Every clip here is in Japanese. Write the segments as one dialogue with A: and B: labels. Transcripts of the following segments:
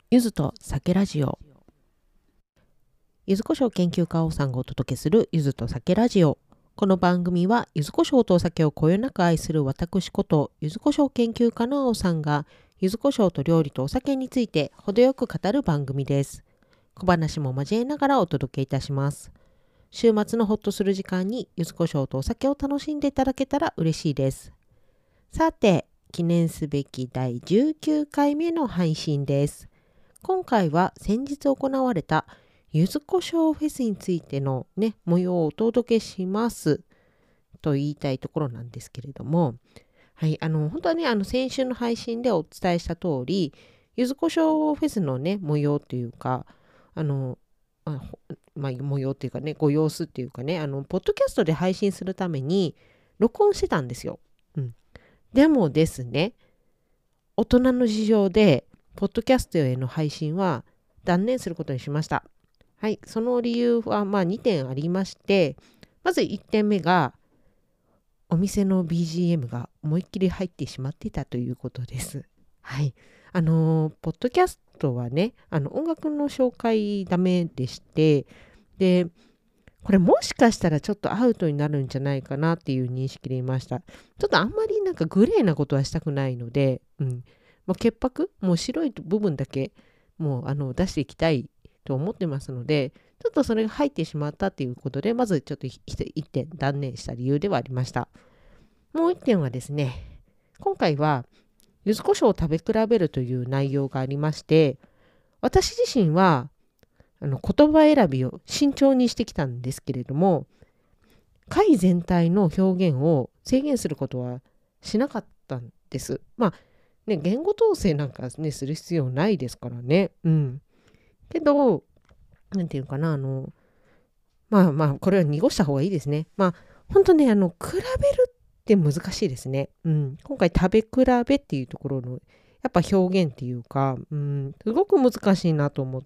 A: ゆずと酒ラジオ。ゆずこしょう研究家王さんがお届けするゆずと酒ラジオ。この番組はゆずこしょうとお酒をこよなく愛する私ことゆずこしょう研究家の王さんがゆずこしょうと料理とお酒について程よく語る番組です。小話も交えながらお届けいたします。週末のホッとする時間にゆずこしょうとお酒を楽しんでいただけたら嬉しいです。さて、記念すべき第19回目の配信です。今回は先日行われたゆずこしょうフェスについてのね、模様をお届けしますと言いたいところなんですけれども、はい、本当はね、先週の配信でお伝えした通り、ゆずこしょうフェスのね、模様というか、模様っていうかね、ご様子っていうかね、ポッドキャストで配信するために録音してたんですよ。でもですね、大人の事情で、ポッドキャストへの配信は断念することにしました。はい、その理由は2点ありまして、まず1点目が、お店の BGM が思いっきり入ってしまっていたということです。はい。ポッドキャストはね、音楽の紹介ダメでして、で、これもしかしたらちょっとアウトになるんじゃないかなっていう認識でいました。ちょっとあんまりなんかグレーなことはしたくないので、潔白、もう白い部分だけもう出していきたいと思ってますので、ちょっとそれが入ってしまったということで、まずちょっと1点断念した理由ではありました。もう1点はですね、今回は柚子胡椒を食べ比べるという内容がありまして、私自身は言葉選びを慎重にしてきたんですけれども、回全体の表現を制限することはしなかったんです。言語統制なんかね、する必要ないですからね。けど、なんていうかな、これは濁した方がいいですね。本当ね、比べるって難しいですね。今回食べ比べっていうところの、やっぱ表現っていうか、すごく難しいなと思って、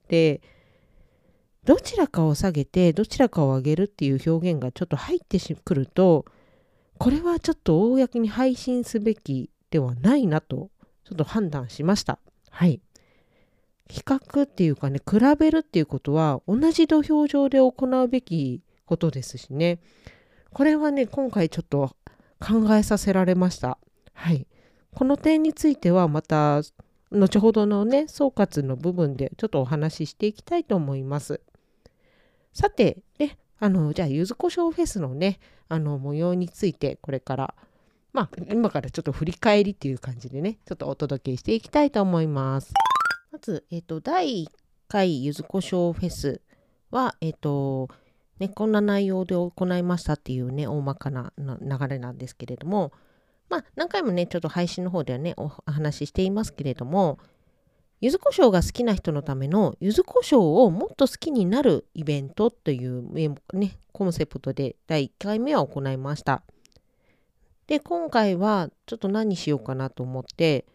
A: どちらかを下げて、どちらかを上げるっていう表現がちょっと入ってくると、これはちょっと公に配信すべきではないなと、ちょっと判断しました。はい。比較っていうかね、比べるっていうことは、同じ土俵上で行うべきことですしね。これはね、今回ちょっと考えさせられました。はい。この点については、また、後ほどのね、総括の部分でちょっとお話ししていきたいと思います。さて、ね、じゃあ、ゆずこしょうフェスのね、模様について、これから、今からちょっと振り返りっていう感じでね、ちょっとお届けしていきたいと思います。まず、第1回ゆずこしょうフェスは、こんな内容で行いましたっていうね、大まかな流れなんですけれども、何回もね、ちょっと配信の方ではね、お話ししていますけれども、柚子胡椒が好きな人のための柚子胡椒をもっと好きになるイベントというね、コンセプトで第1回目は行いました。で、今回はちょっと何しようかなと思って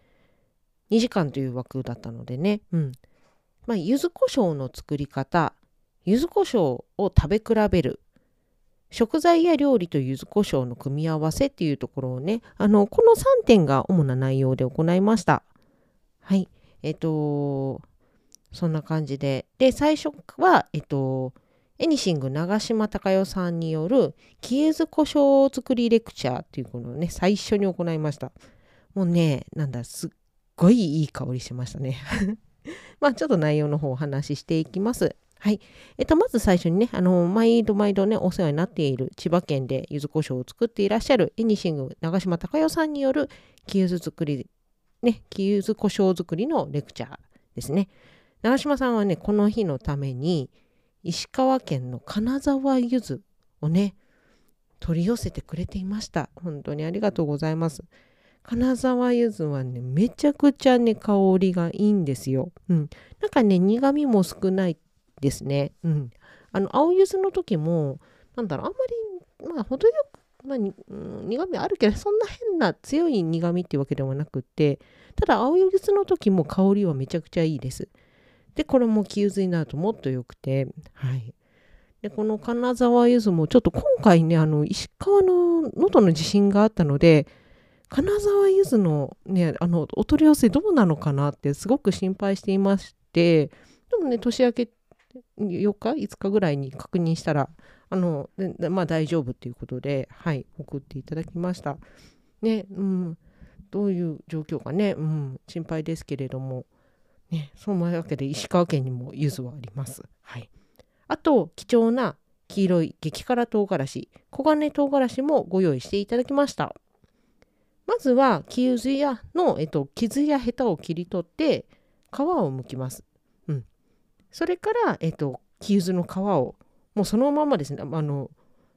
A: 、2時間という枠だったのでね、柚子胡椒の作り方、柚子胡椒を食べ比べる、食材や料理と柚子胡椒の組み合わせっていうところをね、この3点が主な内容で行いました。はい。そんな感じで。で、最初は、エニシング長島貴代さんによる、木柚子胡椒作りレクチャーっていうのをね、最初に行いました。もうね、すっごいいい香りしましたね。ちょっと内容の方をお話ししていきます。はい。まず最初にね、毎度ね、お世話になっている千葉県で柚子胡椒を作っていらっしゃるエニシング長島貴代さんによる木柚子作り木柚子胡椒作りのレクチャーですね。長島さんはね、この日のために石川県の金沢柚子をね、取り寄せてくれていました。本当にありがとうございます。金沢柚子はね、めちゃくちゃね、香りがいいんですよ。なんかね、苦味も少ないですね。青柚子の時も、あんまり、程よく苦味あるけど、そんな変な強い苦味っていうわけではなくって、ただ青柚子の時も香りはめちゃくちゃいいです。で、これも木柚子になるともっと良くて、はい。で、この金沢柚子もちょっと今回ね、石川の喉の地震があったので、金沢柚子のね、お取り寄せどうなのかなってすごく心配していまして、でもね、年明け4日、5日ぐらいに確認したら、大丈夫っていうことで、はい、送っていただきました。ね、どういう状況かね、心配ですけれども、ね、そのわけで石川県にも柚子はあります。はい。あと、貴重な黄色い激辛唐辛子、黄金唐辛子もご用意していただきました。まずは、木柚子の、傷やヘタを切り取って、皮を剥きます。それから、木柚子の皮を、もうそのままですね、剥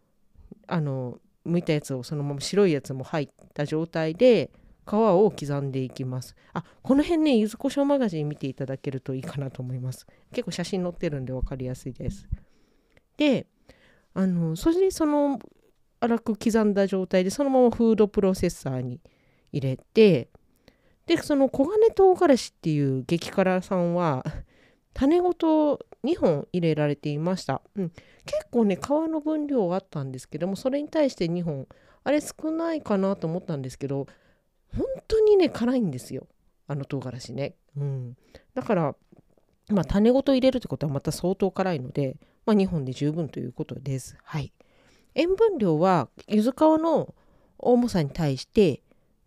A: いたやつをそのまま白いやつも入った状態で、皮を刻んでいきます。この辺ね、柚子胡椒マガジン見ていただけるといいかなと思います。結構写真載ってるんで分かりやすいです。で、それで粗く刻んだ状態でそのままフードプロセッサーに入れて、で、その黄金唐辛子っていう激辛さんは、種ごと2本入れられていました。結構ね、皮の分量あったんですけども、それに対して2本、あれ少ないかなと思ったんですけど、本当にね、辛いんですよ。唐辛子ね。だから、種ごと入れるってことはまた相当辛いので、2本で十分ということです。はい。塩分量は、柚子皮の重さに対して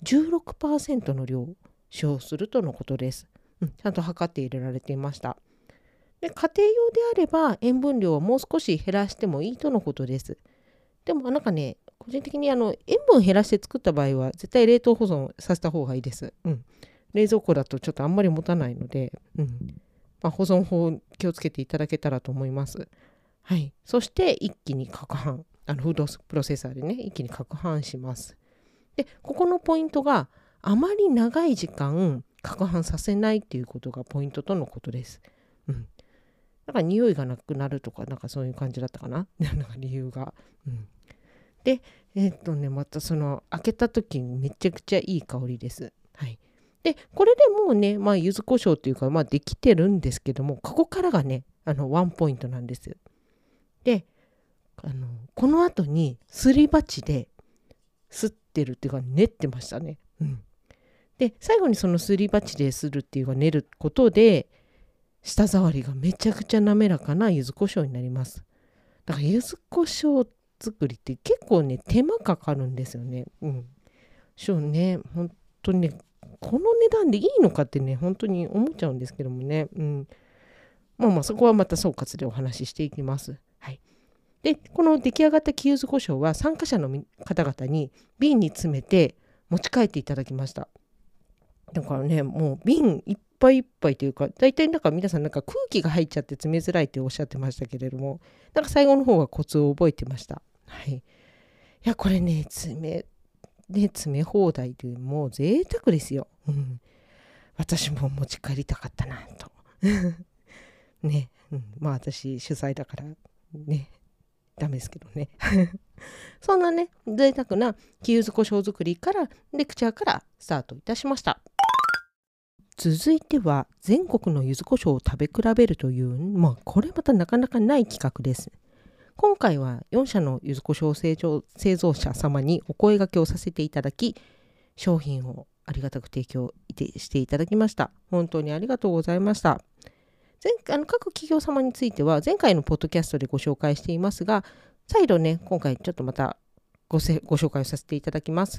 A: 16% の量を使用するとのことです。ちゃんと測って入れられていました。で、家庭用であれば塩分量をもう少し減らしてもいいとのことです。でもなんかね、個人的に塩分減らして作った場合は絶対冷凍保存させた方がいいです。冷蔵庫だとちょっとあんまり持たないので、保存法気をつけていただけたらと思います。はい。そして一気に攪拌。フードプロセッサーでね、一気に攪拌します。で、ここのポイントがあまり長い時間攪拌させないっていうことがポイントとのことです。なんか匂いがなくなるとか、なんかそういう感じだったかな。なんか理由が。で、また開けた時にめちゃくちゃいい香りです。はい。で、これでもうね、柚子胡椒っていうか、できてるんですけども、ここからがね、ワンポイントなんです。で、この後にすり鉢ですってるっていうか、練ってましたね。で、最後にそのすり鉢でするっていうか、練ることで、舌触りがめちゃくちゃ滑らかな柚子胡椒になります。だから柚子胡椒作りって結構ね、手間かかるんですよね。ね、本当にね、この値段でいいのかってね、本当に思っちゃうんですけどもね。そこはまた総括でお話ししていきます。はい。で、この出来上がった木柚子胡椒は参加者の方々に瓶に詰めて持ち帰っていただきました。だからね、もう瓶いっぱいいっぱいというか、大体なんか皆さんなんか空気が入っちゃって詰めづらいっておっしゃってましたけれども、なんか最後の方はコツを覚えてました。はい。いや、これね、詰め放題でもう贅沢ですよ。私も持ち帰りたかったなと。ね、私主催だからね、ダメですけどね。そんなね、贅沢な木柚子胡椒作りからレクチャーからスタートいたしました。続いては全国の柚子胡椒を食べ比べるという、これまたなかなかない企画です。今回は4社の柚子胡椒製造者様にお声掛けをさせていただき、商品をありがたく提供していただきました。本当にありがとうございました。各企業様については前回のポッドキャストでご紹介していますが、再度ね、今回ちょっとまたご紹介をさせていただきます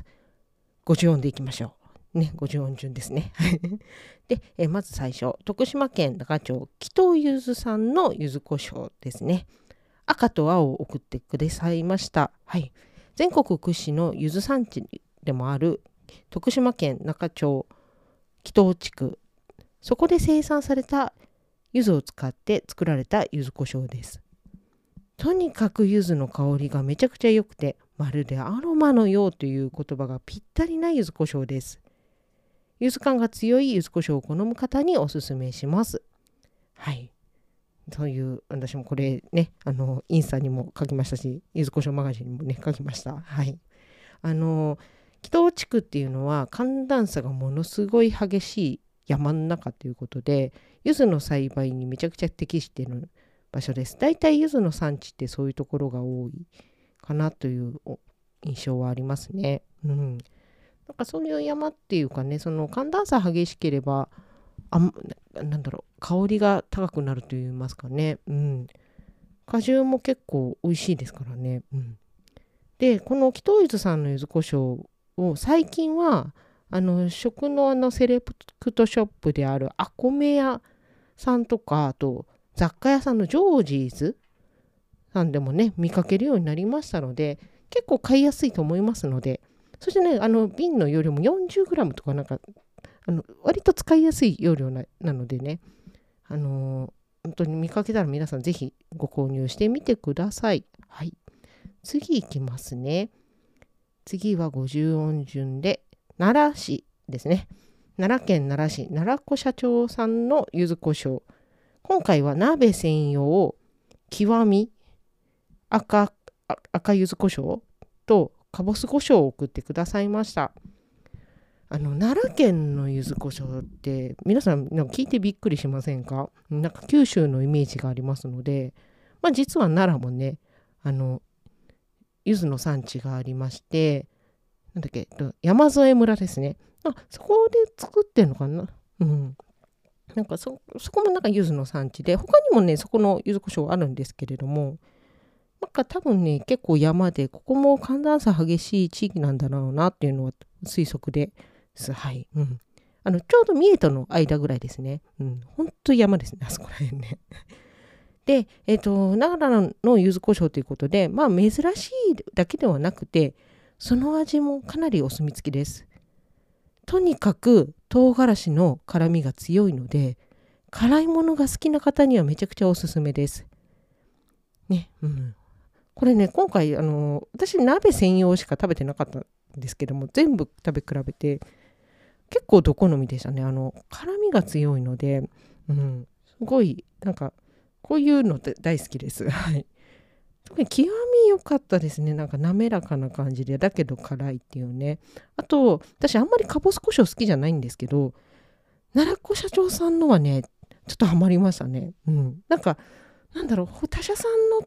A: 。54でいきましょう。ね、54順ですね。で、まず最初、徳島県那賀町木頭柚子さんの柚子胡椒ですね。赤と青を送ってくださいました。はい。全国屈指の柚子産地でもある徳島県那賀町木頭地区。そこで生産された柚子を使って作られた柚子胡椒です。とにかく柚子の香りがめちゃくちゃ良くて、まるでアロマのようという言葉がぴったりな柚子胡椒です。柚子感が強い柚子胡椒を好む方におすすめします。はい。そういう、私もこれね、インスタにも書きましたし、柚子胡椒マガジンにもね、書きました。はい。木頭地区っていうのは寒暖差がものすごい激しい山の中ということで、柚子の栽培にめちゃくちゃ適している場所です。大体柚子の産地ってそういうところが多いかなという印象はありますね。なんかそういう山っていうかね、その寒暖差激しければなんだろう、香りが高くなると言いますかね。果汁も結構美味しいですからね。で、この木頭ゆずさんの柚子胡椒を最近は、食のセレクトショップであるアコメ屋さんとか、あと雑貨屋さんのジョージーズさんでもね、見かけるようになりましたので、結構買いやすいと思いますので、そしてね、瓶の容量も 40g とかなんか、割と使いやすい容量なのでね、本当に見かけたら皆さんぜひご購入してみてください。はい。次いきますね。次は50音順で、奈良市ですね。奈良県奈良市奈良子社長さんの柚子胡椒。今回は鍋専用極み赤柚子胡椒とかぼす胡椒を送ってくださいました。奈良県の柚子胡椒って皆さんなんか聞いてびっくりしませんか？なんか九州のイメージがありますので、実は奈良もね、柚子の産地がありまして、なんだっけ、山添村ですね。そこで作ってるのかな。なんかそこもなんか柚子の産地で、他にもね、そこの柚子胡椒あるんですけれども、なんか多分ね、結構山で、ここも寒暖差激しい地域なんだろうなっていうのは推測です。はい。ちょうど三重との間ぐらいですね。ほんと山ですね、あそこら辺ね。で、奈良の柚子胡椒ということで、珍しいだけではなくて、その味もかなりお墨付きです。とにかく唐辛子の辛みが強いので、辛いものが好きな方にはめちゃくちゃおすすめです。ね、これね、今回、私鍋専用しか食べてなかったんですけども、全部食べ比べて、結構ど好みでしたね。辛みが強いので、すごい、なんか、こういうのって大好きです。はい。特に極み良かったですね。なんか滑らかな感じで、だけど辛いっていうね。あと、私あんまりかぼす胡椒好きじゃないんですけど、奈良子社長さんのはね、ちょっとハマりましたね。なんか、なんだろう、他社さんのって、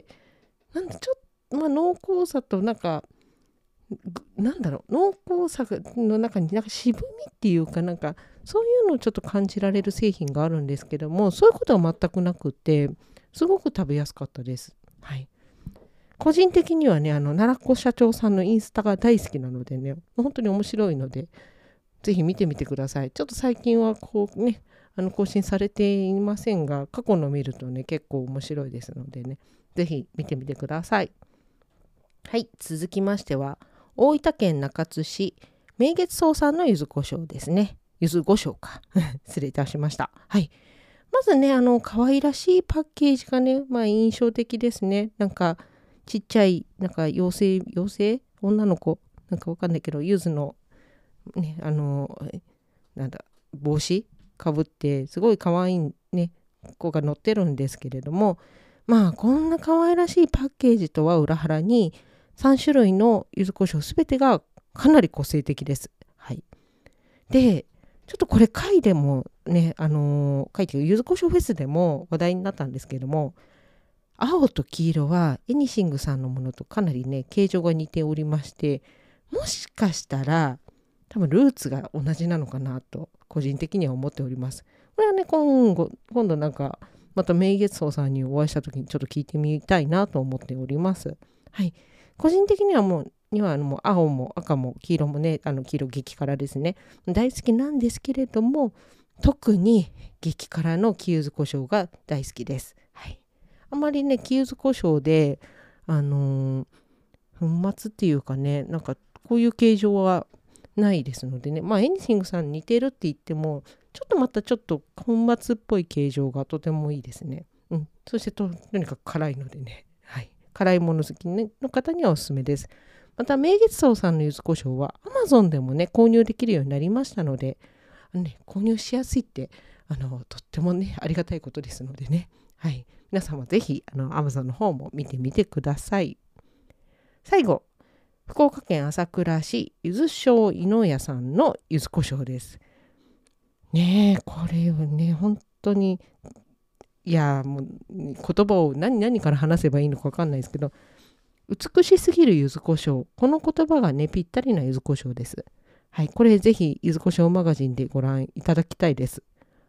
A: ちょっと、濃厚さと、なんか、なんだろう、濃厚さの中になんか渋みっていうかなんかそういうのをちょっと感じられる製品があるんですけども、そういうことは全くなくてすごく食べやすかったです。はい。個人的にはね、奈良子社長さんのインスタが大好きなのでね、本当に面白いのでぜひ見てみてください。ちょっと最近はこうね、更新されていませんが、過去の見るとね結構面白いですのでね、ぜひ見てみてください。はい。続きましては大分県中津市明月荘さんの柚子胡椒ですね。柚子胡椒か。失礼いたしました。はい。まずね、可愛らしいパッケージがね、印象的ですね。なんか、ちっちゃい、なんか妖精女の子なんかわかんないけど、柚子の、ね、なんだ、帽子かぶって、すごい可愛いね、子が乗ってるんですけれども、こんな可愛らしいパッケージとは裏腹に、3種類の柚子胡椒すべてがかなり個性的です。はい。で、ちょっとこれ回でもね、回という柚子胡椒フェスでも話題になったんですけれども、青と黄色はエニシングさんのものとかなりね、形状が似ておりまして、もしかしたら多分ルーツが同じなのかなと個人的には思っております。これはね、今度なんかまた明月荘さんにお会いした時にちょっと聞いてみたいなと思っております。はい。個人的にはもう青も赤も黄色もね、黄色激辛ですね。大好きなんですけれども、特に激辛の黄柚子胡椒が大好きです。はい。あまりね、黄柚子胡椒で、粉末っていうかね、なんかこういう形状はないですのでね、エニシングさんに似てるって言っても、ちょっと粉末っぽい形状がとてもいいですね。そしてとにかく辛いのでね。はい。辛いもの好きの方にはおすすめです。また、明月荘さんの柚子胡椒は Amazon でもね、購入できるようになりましたので、購入しやすいって、とってもね、ありがたいことですのでね。はい。皆様ぜひ、Amazon の方も見てみてください。最後、福岡県朝倉市ゆず庄井の屋さんの柚子胡椒です。ねえ、これはね、本当に、いやもう言葉を何から話せばいいのか分かんないですけど、美しすぎる柚子胡椒、この言葉がねぴったりな柚子胡椒です。はい、これぜひ柚子胡椒マガジンでご覧いただきたいです。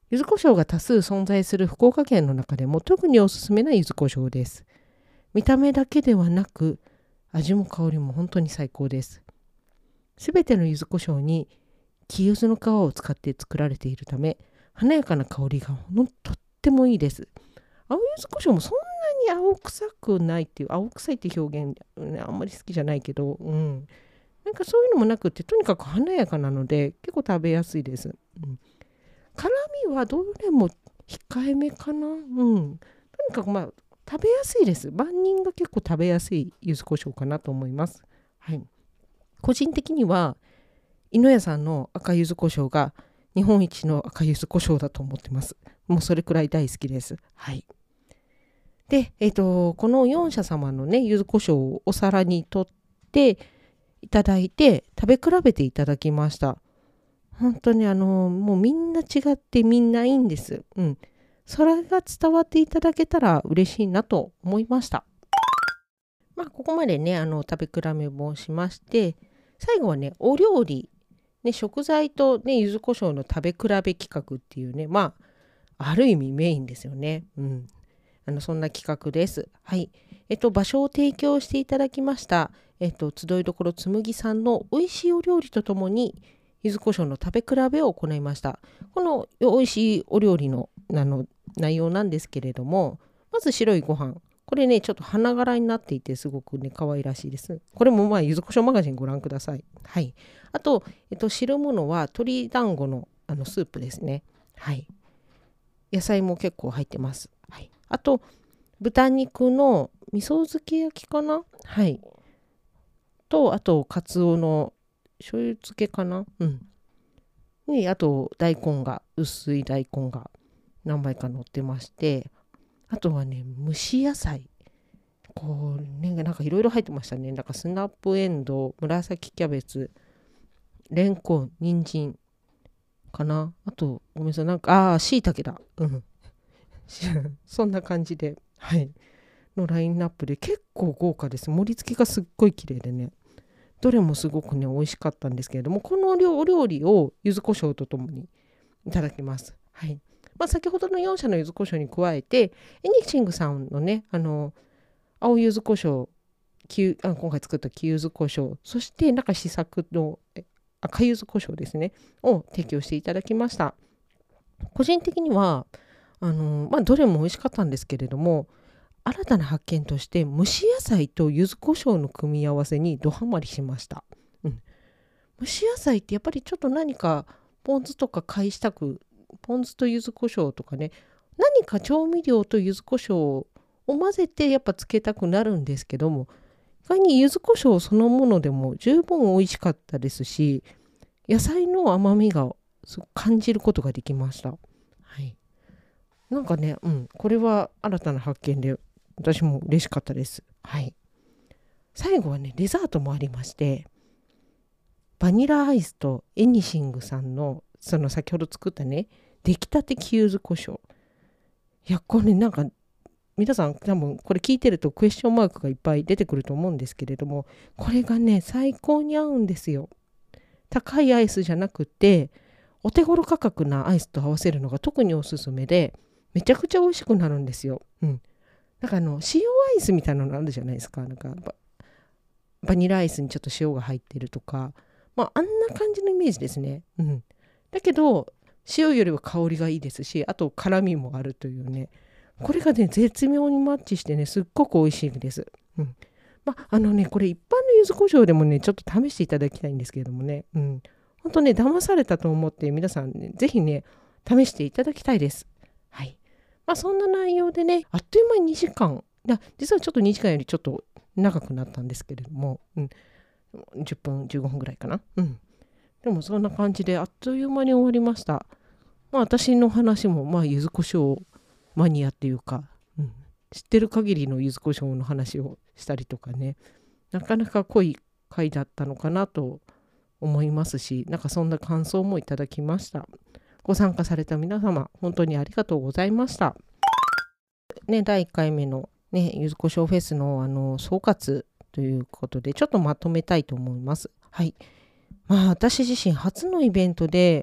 A: 柚子胡椒が多数存在する福岡県の中でも特におすすめな柚子胡椒です。見た目だけではなく、味も香りも本当に最高です。すべての柚子胡椒に木柚子の皮を使って作られているため、華やかな香りがとってもいいです。青柚子胡椒もそんなに青臭くないっていう、青臭いって表現、あんまり好きじゃないけど、なんかそういうのもなくって、とにかく華やかなので結構食べやすいです。辛みはどれも控えめかな。とにかく食べやすいです。万人が結構食べやすい柚子胡椒かなと思います。はい。個人的には井上さんの赤柚子胡椒が日本一の赤柚子胡椒だと思ってます。もうそれくらい大好きです。はい。で、この4社様のね、柚子胡椒をお皿に取っていただいて、食べ比べていただきました。本当にもうみんな違ってみんないいんです。それが伝わっていただけたら嬉しいなと思いました。ここまでね、食べ比べもしまして、最後はね、お料理、ね、食材とね、柚子胡椒の食べ比べ企画っていうね、ある意味メインですよね。そんな企画です。はい。場所を提供していただきました、集いどころつむぎさんの美味しいお料理とともに、柚子胡椒の食べ比べを行いました。この美味しいお料理の内容なんですけれども、まず白いご飯。これね、ちょっと花柄になっていて、すごくね、可愛らしいです。これも柚子胡椒マガジンご覧ください。はい。あと、汁物は鶏団子のスープですね。はい。野菜も結構入ってます。はい。あと、豚肉の味噌漬け焼きかな。はい。と、あと、カツオの醤油漬けかな。あと、薄い大根が何枚か乗ってまして、あとはね、蒸し野菜。なんかいろいろ入ってましたね。なんかスナップエンドウ、紫キャベツ、レンコン、人参かな。あと、ごめんなさい。なんか、椎茸だ。そんな感じで、はい。のラインナップで結構豪華です。盛り付けがすっごい綺麗でね。どれもすごくね、美味しかったんですけれども、このお料理を柚子胡椒とともにいただきます。はい。先ほどの4社の柚子胡椒に加えて、エニシングさんのね、青柚子胡椒、今回作った黄柚子胡椒、そしてなんか試作の赤柚子胡椒ですね、を提供していただきました。個人的には、どれも美味しかったんですけれども、新たな発見として蒸し野菜と柚子胡椒の組み合わせにドハマりしました。蒸し野菜ってやっぱりちょっと何かポン酢とかポン酢と柚子胡椒とかね、何か調味料と柚子胡椒を混ぜてやっぱつけたくなるんですけども、意外に柚子胡椒そのものでも十分美味しかったですし、野菜の甘みがすごく感じることができました。はい。なんかね、これは新たな発見で私も嬉しかったです。はい。最後はね、デザートもありまして、バニラアイスとエニシングさんのその先ほど作ったね、出来たて黄柚子胡椒。いや、これなんか皆さん多分これ聞いてるとクエスチョンマークがいっぱい出てくると思うんですけれども、これがね、最高に合うんですよ。高いアイスじゃなくて、お手頃価格なアイスと合わせるのが特におすすめで、めちゃくちゃ美味しくなるんですよ。なんか塩アイスみたいなのあるじゃないですか。なんかバニラアイスにちょっと塩が入ってるとか、あんな感じのイメージですね。だけど、塩よりは香りがいいですし、あと辛みもあるというね、これがね、絶妙にマッチしてね、すっごく美味しいです。これ一般の柚子胡椒でもね、ちょっと試していただきたいんですけれどもね、本当ね、騙されたと思って皆さんね、ぜひね、試していただきたいです。はい。そんな内容でね、あっという間に2時間、実はちょっと2時間よりちょっと長くなったんですけれども、10分、15分ぐらいかな。でもそんな感じであっという間に終わりました。私の話も、柚子胡椒マニアっていうか、知ってる限りの柚子胡椒の話をしたりとかね、なかなか濃い回だったのかなと思いますし、なんかそんな感想もいただきました。ご参加された皆様、本当にありがとうございました。ね、第1回目のね、柚子胡椒フェスの総括ということで、ちょっとまとめたいと思います。はい。私自身初のイベントで、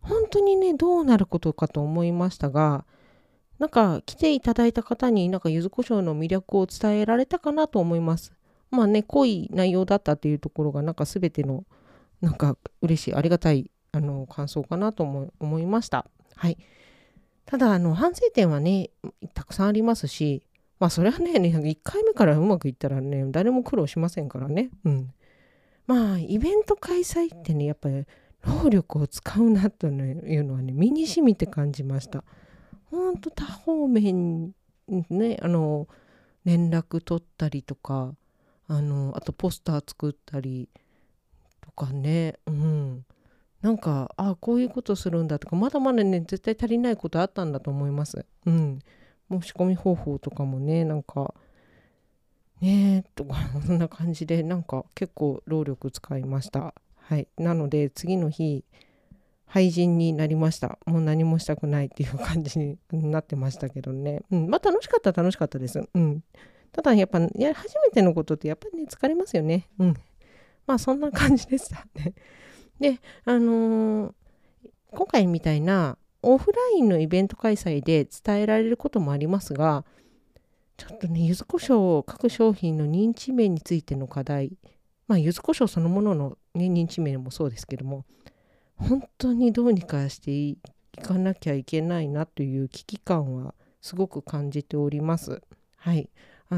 A: 本当にね、どうなることかと思いましたが、なんか来ていただいた方になんか柚子胡椒の魅力を伝えられたかなと思います。まあね、濃い内容だったっていうところがなんか全てのなんか嬉しい、ありがたい感想かなと思いました。はい。ただ反省点はね、たくさんありますし、まあそれはね、1回目からうまくいったらね、誰も苦労しませんからね。うん。まあイベント開催ってね、やっぱり労力を使うなというのはね、身に染みて感じました。ほんと多方面ね、連絡取ったりとか、あとポスター作ったりとかね、なんか、こういうことするんだとか、まだまだね、絶対足りないことあったんだと思います。申し込み方法とかもね、なんか、ねとか、そんな感じで、なんか結構労力使いました。はい。なので、次の日、廃人になりました。もう何もしたくないっていう感じになってましたけどね。まあ楽しかったです。ただやっぱ、初めてのことってやっぱりね、疲れますよね。まあそんな感じでしたね。で、今回みたいなオフラインのイベント開催で伝えられることもありますが、ちょっとね、柚子胡椒各商品の認知面についての課題、まあ柚子胡椒そのものの、ね、認知面もそうですけども、本当にどうにかしていかなきゃいけないなという危機感はすごく感じております。はい。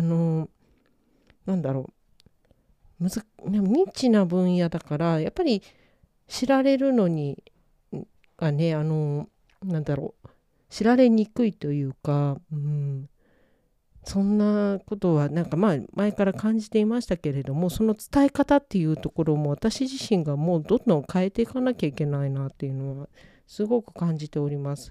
A: なんだろう。ニッチな分野だから、やっぱり知られるのに、ね、なんだろう。知られにくいというか、そんなことはなんかまあ前から感じていましたけれども、その伝え方っていうところも私自身がもうどんどん変えていかなきゃいけないなっていうのはすごく感じております。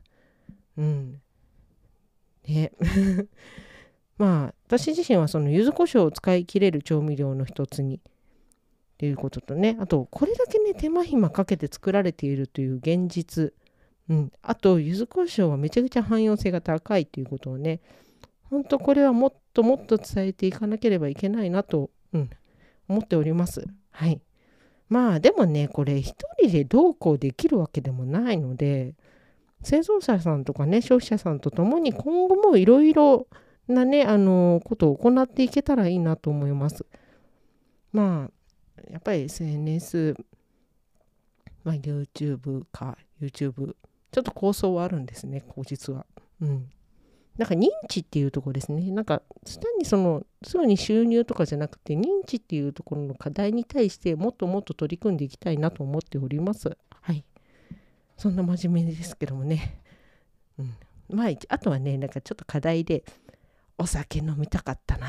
A: ねまあ私自身はその柚子胡椒を使い切れる調味料の一つにっていうこととね、あとこれだけね手間暇かけて作られているという現実、あと柚子胡椒はめちゃくちゃ汎用性が高いということをね、本当これはもっともっと伝えていかなければいけないなと、思っております。はい。まあでもね、これ一人でどうこうできるわけでもないので、製造者さんとかね、消費者さんと共に今後もいろいろなね、ことを行っていけたらいいなと思います。まあ、やっぱり SNS、YouTube か、YouTube、ちょっと構想はあるんですね、実は。なんか認知っていうところですね。なんか単にすぐに収入とかじゃなくて認知っていうところの課題に対してもっともっと取り組んでいきたいなと思っております。はい。そんな真面目ですけどもね。まあ、あとはね、なんかちょっと課題でお酒飲みたかったな。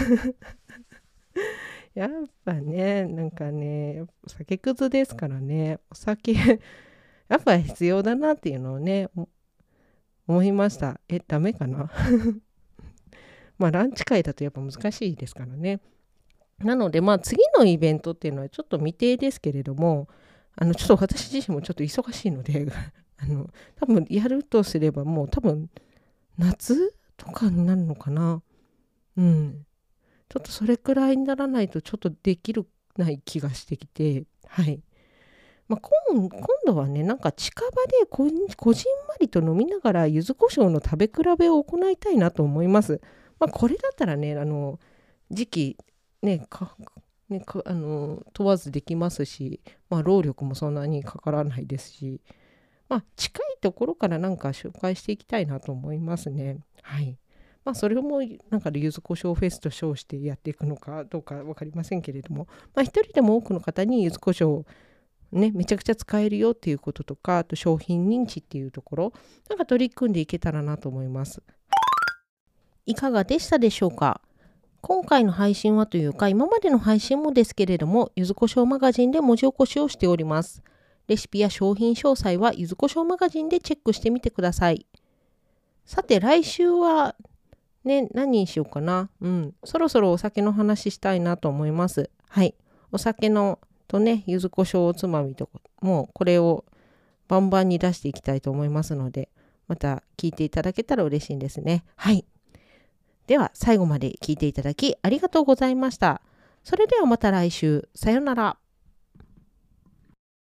A: やっぱね、なんかね、酒くずですからね、お酒やっぱ必要だなっていうのをね、思いました。ダメかなまあランチ会だとやっぱ難しいですからね。なのでまあ次のイベントっていうのはちょっと未定ですけれども、ちょっと私自身もちょっと忙しいので多分やるとすればもう多分夏とかになるのかな。ちょっとそれくらいにならないとちょっとできるない気がしてきて、はい。まあ、今度はね、なんか近場でこじんまりと飲みながら柚子胡椒の食べ比べを行いたいなと思います。まあ、これだったらね、時期ね、問わずできますし、まあ、労力もそんなにかからないですし、まあ、近いところからなんか紹介していきたいなと思いますね。はい。まあ、それもなんか柚子胡椒フェスと称してやっていくのかどうか分かりませんけれども、まあ、一人でも多くの方に柚子胡椒をね、めちゃくちゃ使えるよっていうこととか、あと商品認知っていうところ、なんか取り組んでいけたらなと思います。いかがでしたでしょうか？今回の配信はというか、今までの配信もですけれども、柚子胡椒マガジンで文字起こしをしております。レシピや商品詳細は柚子胡椒マガジンでチェックしてみてください。さて来週はね、何にしようかな。そろそろお酒の話したいなと思います。はい。お酒のとね、柚子胡椒おつまみとか、もうこれをバンバンに出していきたいと思いますので、また聞いていただけたら嬉しいんですね。はい。では最後まで聞いていただきありがとうございました。それではまた来週。さようなら。